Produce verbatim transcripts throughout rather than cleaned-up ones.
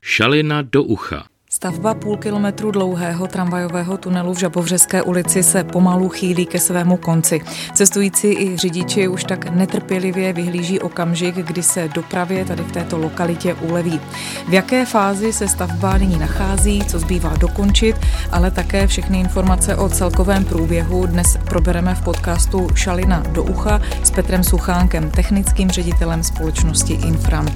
Šalina do ucha. Stavba půl kilometru dlouhého tramvajového tunelu v Žabovřeské ulici se pomalu chýlí ke svému konci. Cestující i řidiči už tak netrpělivě vyhlíží okamžik, kdy se dopravě tady v této lokalitě uleví. V jaké fázi se stavba nyní nachází, co zbývá dokončit, ale také všechny informace o celkovém průběhu dnes probereme v podcastu Šalina do ucha s Petrem Suchánkem, technickým ředitelem společnosti Infram.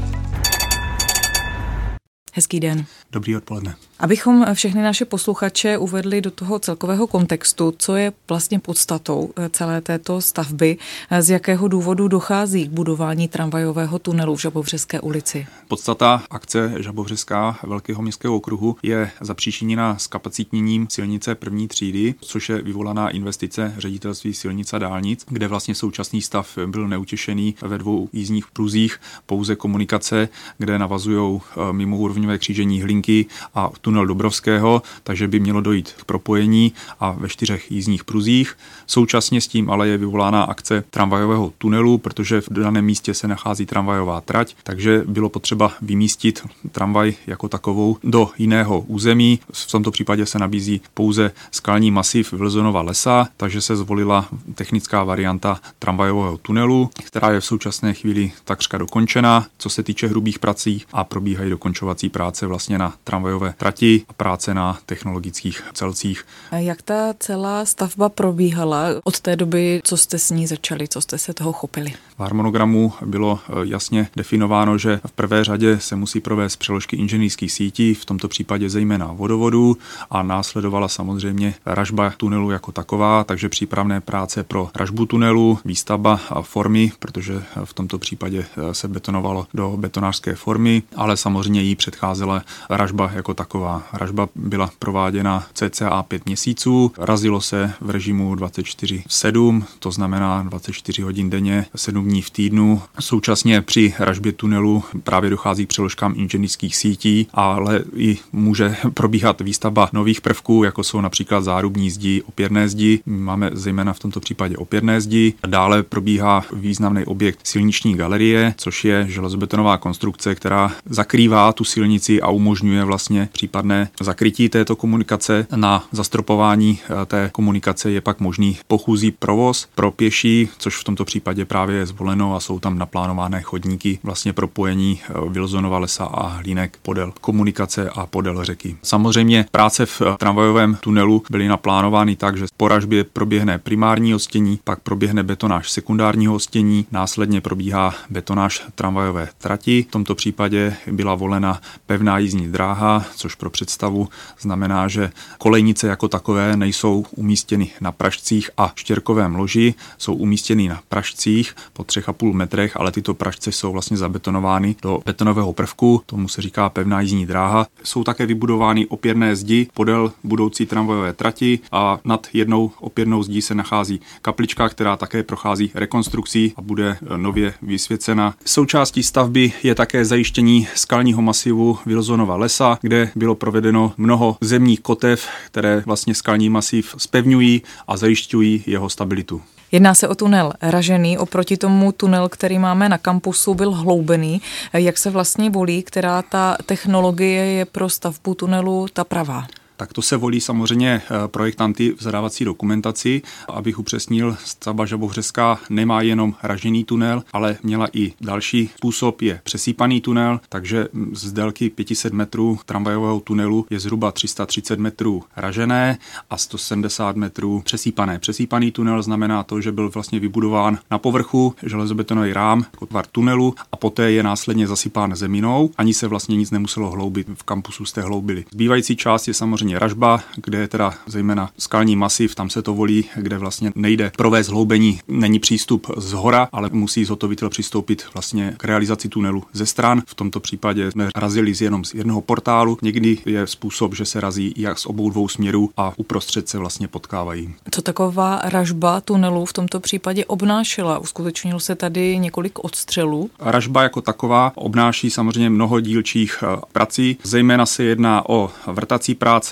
Hezký den. Dobrý odpoledne. Abychom všechny naše posluchače uvedli do toho celkového kontextu, co je vlastně podstatou celé této stavby, z jakého důvodu dochází k budování tramvajového tunelu v Žabovřeské ulici. Podstata akce Žabovřeská Velkého městského okruhu je zapříčiněna zkapacitněním silnice první třídy, což je vyvolaná investice Ředitelství silnic a dálnic, kde vlastně současný stav byl neutěšený ve dvou jízdních pruzích, pouze komunikace, kde navazují mimoúrovňové křížení Hlinky a tunel Dobrovského, takže by mělo dojít k propojení a ve čtyřech jízdních pruzích. Současně s tím ale je vyvolána akce tramvajového tunelu, protože v daném místě se nachází tramvajová trať, takže bylo potřeba vymístit tramvaj jako takovou do jiného území. V tomto případě se nabízí pouze skalní masiv Vilzonova lesa, takže se zvolila technická varianta tramvajového tunelu, která je v současné chvíli takřka dokončena, co se týče hrubých prací, a probíhají dokončovací práce vlastně na tramvajové trati a práce na technologických celcích. A jak ta celá stavba probíhala od té doby, co jste s ní začali, co jste se toho chopili? V harmonogramu bylo jasně definováno, že v prvé řadě se musí provést přeložky inženýrských sítí, v tomto případě zejména vodovodů, a následovala samozřejmě ražba tunelu jako taková, takže přípravné práce pro ražbu tunelu, výstavba a formy, protože v tomto případě se betonovalo do betonářské formy, ale samozřejmě jí předcházela ražba jako taková. Ražba byla prováděna cca pět měsíců, razilo se v režimu dvacet čtyři sedm, to znamená dvacet čtyři hodin denně, sedm dní v týdnu. Současně při ražbě tunelu právě dochází k přeložkám inženýrských sítí, ale i může probíhat výstavba nových prvků, jako jsou například zárubní zdi, opěrné zdi. Máme zejména v tomto případě opěrné zdi. Dále probíhá významný objekt silniční galerie, což je železobetonová konstrukce, která zakrývá tu silnici a umožňuje vlastně případné zakrytí této komunikace. Na zastropování té komunikace je pak možný pochůzí provoz pro pěší, což v tomto případě právě je zvoleno, a jsou tam naplánované chodníky vlastně propojení Vilzonova lesa a Hlínek podél komunikace a podél řeky. Samozřejmě práce v tramvajovém tunelu byly naplánovány tak, že po ražbě proběhne primární ostění, pak proběhne betonáž sekundárního ostění, následně probíhá betonáž tramvajové trati. V tomto případě byla volena pevná jízdní dráha, což pro představu znamená, že kolejnice jako takové nejsou umístěny na pražcích a štěrkovém loži, jsou umístěny na pražcích po třech a půl metrech, ale tyto pražce jsou vlastně zabetonovány do betonového prvku, tomu se říká pevná jízdní dráha. Jsou také vybudovány opěrné zdi podél budoucí tramvajové trati a nad jednou opěrnou zdí se nachází kaplička, která také prochází rekonstrukcí a bude nově vysvěcena. Součástí stavby je také zajištění skalního masivu Vilzonova lesa, kde bylo provedeno mnoho zemních kotev, které vlastně skalní masiv zpevňují a zajišťují jeho stabilitu. Jedná se o tunel ražený, oproti tomu tunel, který máme na kampusu, byl hloubený. Jak se vlastně volí, která ta technologie je pro stavbu tunelu ta pravá? Tak to se volí samozřejmě projektanty v zadávací dokumentaci. Abych upřesnil, stavba Žabovřeská nemá jenom ražený tunel, ale měla i další způsob, je přesýpaný tunel, takže z délky pět set metrů tramvajového tunelu je zhruba tři sta třicet metrů ražené a sto sedmdesát metrů přesýpané. Přesýpaný tunel znamená to, že byl vlastně vybudován na povrchu železobetonový rám jako tvar tunelu a poté je následně zasypán zeminou, ani se vlastně nic nemuselo hloubit, v kampusu jste hloubili. Zbývající část je samozřejmě ražba, kde je teda zejména skalní masiv, tam se to volí, kde vlastně nejde provést hloubení, není přístup z hora, ale musí zhotovitel přistoupit vlastně k realizaci tunelu ze stran. V tomto případě jsme razili jenom z jednoho portálu. Někdy je způsob, že se razí jak z obou dvou směrů a uprostřed se vlastně potkávají. Co taková ražba tunelu v tomto případě obnášela? Uskutečnilo se tady několik odstřelů? Ražba jako taková obnáší samozřejmě mnoho dílčích prací. Zejména se jedná o vrtací práce,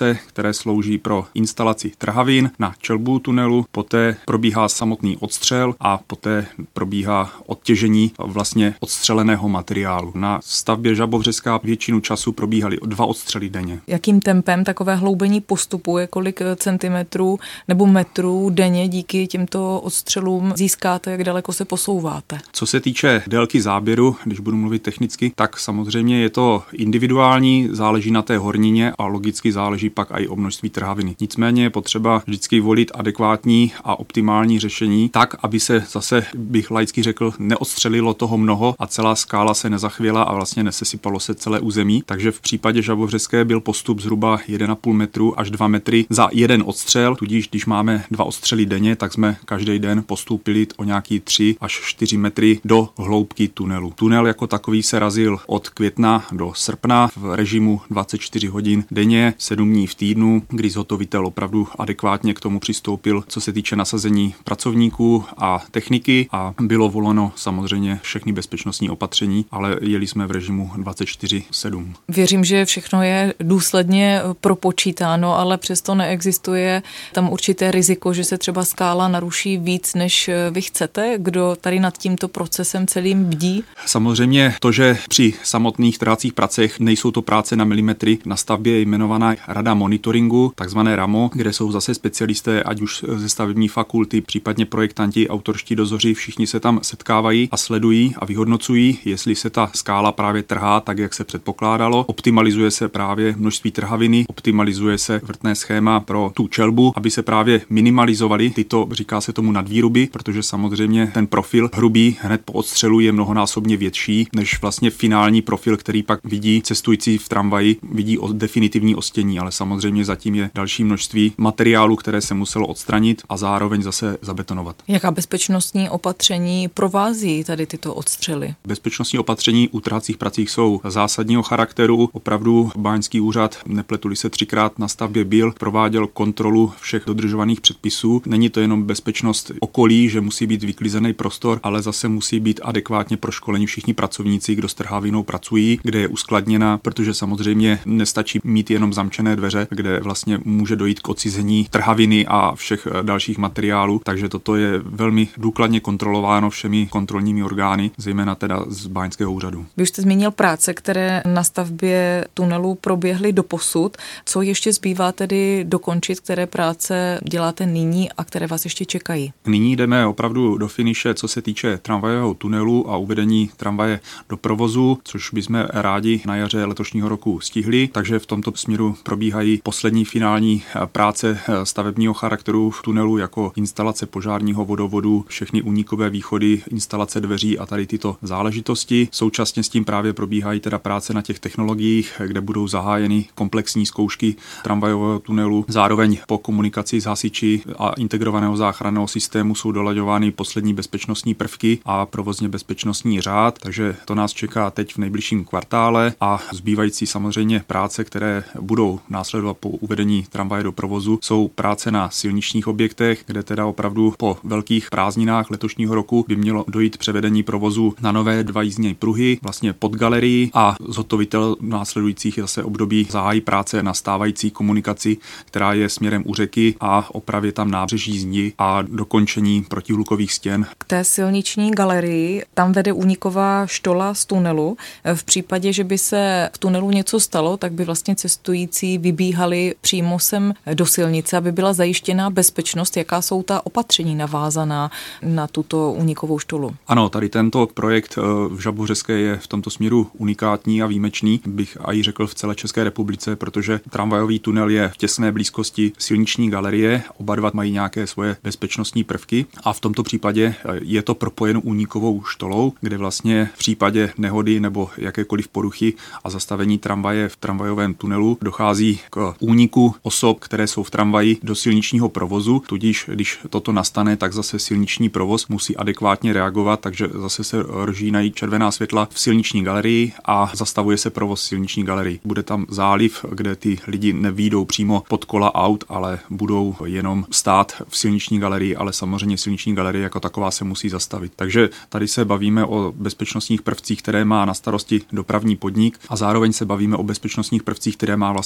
instalace, které slouží pro instalaci trhavin na čelbu tunelu, poté probíhá samotný odstřel a poté probíhá odtěžení vlastně odstřeleného materiálu. Na stavbě Žabovřeská většinu času probíhaly dva odstřely denně. Jakým tempem takové hloubení postupuje, kolik centimetrů nebo metrů denně díky těmto odstřelům získáte, jak daleko se posouváte? Co se týče délky záběru, když budu mluvit technicky, tak samozřejmě je to individuální, záleží na té hornině a logicky záleží pak i o množství trhaviny. Nicméně je potřeba vždycky volit adekvátní a optimální řešení tak, aby se zase, bych laicky řekl, neodstřelilo toho mnoho a celá skála se nezachvěla a vlastně nesesypalo se celé území. Takže v případě Žabovřeské byl postup zhruba jeden a půl metru až dva metry za jeden odstřel, tudíž když máme dva odstřely denně, tak jsme každý den postoupili o nějaký tři až čtyři metry do hloubky tunelu. Tunel jako takový se razil od května do srpna v režimu dvacet čtyři hodin denně, sedm dní v týdnu, kdy zhotovitel opravdu adekvátně k tomu přistoupil, co se týče nasazení pracovníků a techniky, a bylo voleno samozřejmě všechny bezpečnostní opatření, ale jeli jsme v režimu dvacet čtyři sedm. Věřím, že všechno je důsledně propočítáno, ale přesto neexistuje tam určité riziko, že se třeba skála naruší víc, než vy chcete. Kdo tady nad tímto procesem celým bdí? Samozřejmě to, že při samotných trhacích pracech nejsou to práce na milimetry, na stavbě je jmenovaná Rada monitoringu, takzvané RAMO, kde jsou zase specialisté, ať už ze stavební fakulty, případně projektanti, autorští dozoři, všichni se tam setkávají a sledují a vyhodnocují, jestli se ta skála právě trhá tak, jak se předpokládalo. Optimalizuje se právě množství trhaviny, optimalizuje se vrtné schéma pro tu čelbu, aby se právě minimalizovaly tyto, říká se tomu, nadvýruby, protože samozřejmě ten profil hrubý hned po odstřelu je mnohonásobně větší než vlastně finální profil, který pak vidí cestující v tramvaji, vidí o definitivní ostění, ale samozřejmě zatím je další množství materiálu, které se muselo odstranit a zároveň zase zabetonovat. Jaká bezpečnostní opatření provází tady tyto odstřely? Bezpečnostní opatření u trhacích pracích jsou zásadního charakteru. Opravdu báňský úřad, nepletuli se třikrát na stavbě byl, prováděl kontrolu všech dodržovaných předpisů. Není to jenom bezpečnost okolí, že musí být vyklizený prostor, ale zase musí být adekvátně proškoleni všichni pracovníci, kdo s trhavinou pracují, kde je uskladněna, protože samozřejmě nestačí mít jenom zamčené dveře, kde vlastně může dojít k odcizení trhaviny a všech dalších materiálů, takže toto je velmi důkladně kontrolováno všemi kontrolními orgány, zejména teda z báňského úřadu. Vy už jste zmínil práce, které na stavbě tunelu proběhly doposud. Co ještě zbývá tedy dokončit, které práce děláte nyní a které vás ještě čekají? Nyní jdeme opravdu do finiše, co se týče tramvajového tunelu a uvedení tramvaje do provozu, což bychom rádi na jaře letošního roku stihli, takže v tomto směru probíhají poslední finální práce stavebního charakteru v tunelu, jako instalace požárního vodovodu, všechny únikové východy, instalace dveří a tady tyto záležitosti. Současně s tím právě probíhají teda práce na těch technologiích, kde budou zahájeny komplexní zkoušky tramvajového tunelu. Zároveň po komunikaci s hasiči a integrovaného záchranného systému jsou dolaďovány poslední bezpečnostní prvky a provozně bezpečnostní řád, takže to nás čeká teď v nejbližším kvartále a zbývající samozřejmě práce, které budou následovat po uvedení tramvaje do provozu, jsou práce na silničních objektech, kde teda opravdu po velkých prázdninách letošního roku by mělo dojít převedení provozu na nové dva jízdní pruhy, vlastně pod galerii, a zhotovitel následujících zase období zahájí práce na stávající komunikaci, která je směrem u řeky, a opravě tam nábřeží zdi a dokončení protihlukových stěn. K té silniční galerii tam vede úniková štola z tunelu. V případě, že by se v tunelu něco stalo, tak by vlastně cestující vybíhali přímo sem do silnice, aby byla zajištěná bezpečnost. Jaká jsou ta opatření navázaná na tuto únikovou štolu? Ano, tady tento projekt v Žabovřeské je v tomto směru unikátní a výjimečný, bych i řekl v celé České republice, protože tramvajový tunel je v těsné blízkosti silniční galerie, oba dva mají nějaké svoje bezpečnostní prvky a v tomto případě je to propojeno únikovou štolou, kde vlastně v případě nehody nebo jakékoliv poruchy a zastavení tramvaje v tramvajovém tunelu dochází k úniku osob, které jsou v tramvaji, do silničního provozu, tudíž když toto nastane, tak zase silniční provoz musí adekvátně reagovat, takže zase se rozžínají červená světla v silniční galerii a zastavuje se provoz silniční galerii. Bude tam záliv, kde ty lidi nevyjdou přímo pod kola aut, ale budou jenom stát v silniční galerii, ale samozřejmě silniční galerie jako taková se musí zastavit. Takže tady se bavíme o bezpečnostních prvcích, které má na starosti dopravní podnik, a zároveň se bavíme o bezpečnostních prvcích, které má vlastně na starosti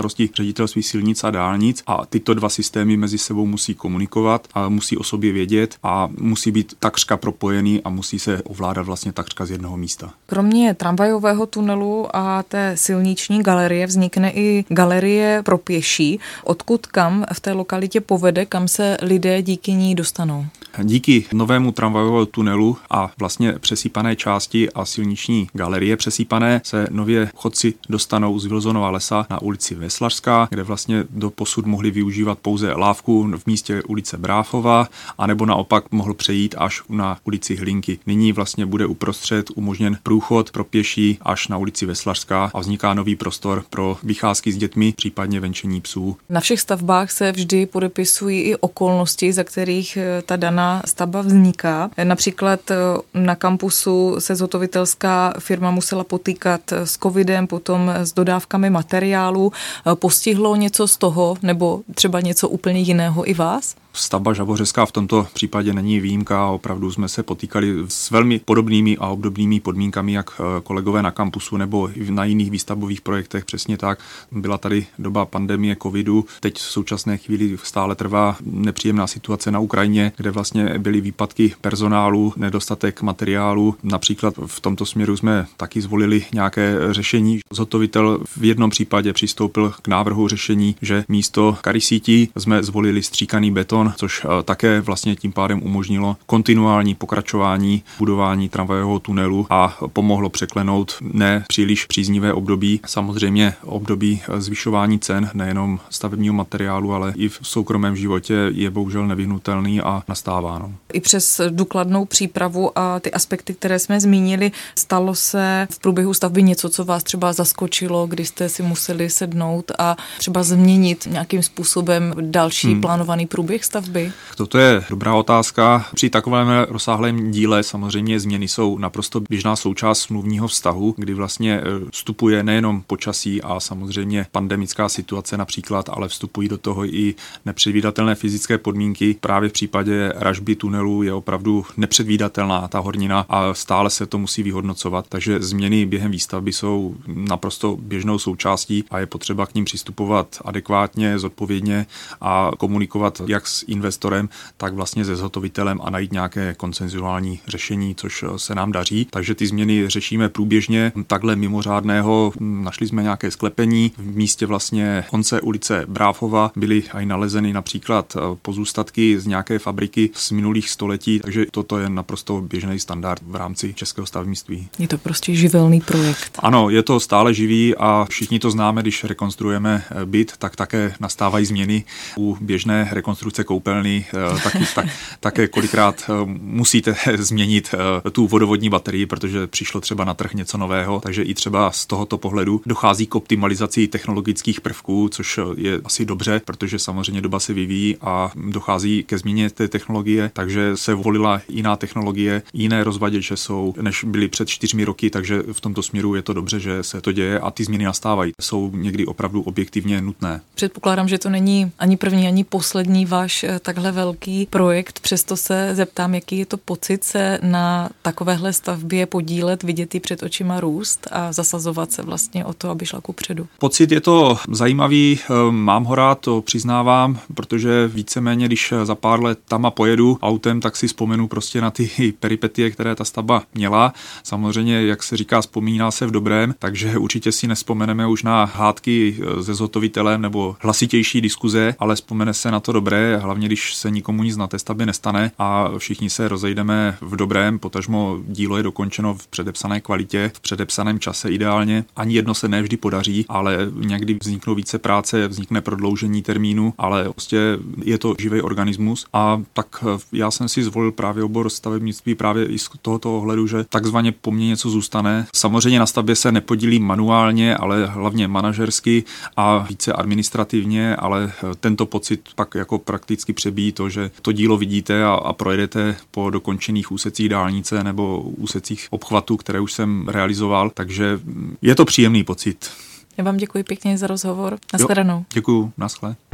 starosti Ředitelství silnic a dálnic a tyto dva systémy mezi sebou musí komunikovat a musí o sobě vědět a musí být takřka propojený a musí se ovládat vlastně takřka z jednoho místa. Kromě tramvajového tunelu a té silniční galerie vznikne i galerie pro pěší. Odkud kam v té lokalitě povede, kam se lidé díky ní dostanou? Díky novému tramvajovému tunelu a vlastně přesýpané části a silniční galerie přesýpané se nově chodci dostanou z Wilsonova lesa na ulici Veslařská, kde vlastně doposud mohli využívat pouze lávku v místě ulice Bráfova, anebo naopak mohl přejít až na ulici Hlinky. Nyní vlastně bude uprostřed umožněn průchod pro pěší až na ulici Veslařská a vzniká nový prostor pro vycházky s dětmi, případně venčení psů. Na všech stavbách se vždy podepisují i okolnosti, za kterých ta daná stavba vzniká. Například na kampusu se zhotovitelská firma musela potýkat s covidem, potom s dodávkami materiálu. Postihlo něco z toho, nebo třeba něco úplně jiného i vás? Stavba Žabořeská v tomto případě není výjimka a opravdu jsme se potýkali s velmi podobnými a obdobnými podmínkami, jak kolegové na kampusu nebo na jiných výstavbových projektech. Přesně tak. Byla tady doba pandemie covidu. Teď v současné chvíli stále trvá nepříjemná situace na Ukrajině, kde vlastně byly výpadky personálu, nedostatek materiálu. Například v tomto směru jsme taky zvolili nějaké řešení. Zhotovitel v jednom případě přistoupil k návrhu řešení, že místo karysítí jsme zvolili stříkaný beton, což také vlastně tím pádem umožnilo kontinuální pokračování budování tramvajového tunelu a pomohlo překlenout ne příliš příznivé období, samozřejmě období zvyšování cen nejenom stavebního materiálu, ale i v soukromém životě je bohužel nevyhnutelný a nastává. No. I přes důkladnou přípravu a ty aspekty, které jsme zmínili, stalo se v průběhu stavby něco, co vás třeba zaskočilo, kdy jste si museli sednout a třeba změnit nějakým způsobem další hmm. plánovaný průběh stavby? Toto je dobrá otázka. Při takovém rozsáhlém díle samozřejmě změny jsou naprosto běžná součást smluvního vztahu, kdy vlastně vstupuje nejenom počasí a samozřejmě pandemická situace například, ale vstupují do toho i nepředvídatelné fyzické podmínky. Právě v případě ražby tunelu je opravdu nepředvídatelná ta hornina a stále se to musí vyhodnocovat, takže změny během výstavby jsou naprosto běžnou součástí a je potřeba k ním přistupovat adekvátně, zodpovědně a komunikovat jak s investorem, tak vlastně se zhotovitelem a najít nějaké konsenzuální řešení, což se nám daří. Takže ty změny řešíme průběžně. Takhle mimořádného našli jsme nějaké sklepení. V místě vlastně konce ulice Bráfova byly aj nalezeny například pozůstatky z nějaké fabriky z minulých století, takže toto je naprosto běžný standard v rámci českého stavebnictví. Je to prostě živelný projekt. Ano, je to stále živý a všichni to známe, když rekonstruujeme byt, tak také nastávají změny. U běžné rekonstrukce koupelny taky, tak, také kolikrát musíte změnit tu vodovodní baterii, protože přišlo třeba na trh něco nového, takže i třeba z tohoto pohledu dochází k optimalizaci technologických prvků, což je asi dobře, protože samozřejmě doba se vyvíjí a dochází ke změně té technologie, takže se volila jiná technologie, jiné rozvaděče jsou, než byly před čtyřmi roky, takže v tomto směru je to dobře, že se to děje a ty změny nastávají. Jsou někdy opravdu objektivně nutné. Předpokládám, že to není ani první, ani poslední váš takhle velký projekt, přesto se zeptám, jaký je to pocit se na takovéhle stavbě podílet, vidět ji před očima růst a zasazovat se vlastně o to, aby šla kupředu. Pocit je to zajímavý, mám ho rád, to přiznávám, protože víceméně, když za pár let tam a pojedu autem, tak si vzpomenu prostě na ty peripetie, které ta stavba měla. Samozřejmě, jak se říká, vzpomíná se v dobrém, takže určitě si nespomeneme už na hádky se zhotovitelem nebo hlasitější diskuze, ale vzpomene se na to dobré, hlavně když se nikomu nic na té stavbě nestane a všichni se rozejdeme v dobrém, potažmo dílo je dokončeno v předepsané kvalitě, v předepsaném čase ideálně. Ani jedno se nevždy podaří, ale někdy vzniknou více práce, vznikne prodloužení termínu, ale prostě je to živý organismus a tak já jsem si zvolil právě obor stavebnictví právě i z tohoto ohledu, že takzvaně po mně něco zůstane. Samozřejmě na stavbě se nepodílím manuálně, ale hlavně manažersky a více administrativně, ale tento pocit pak jako prakticky přebíjí to, že to dílo vidíte a, a projedete po dokončených úsecích dálnice nebo úsecích obchvatu, které už jsem realizoval, takže je to příjemný pocit. Já vám děkuji pěkně za rozhovor. Naschledanou. Děkuju, naschle.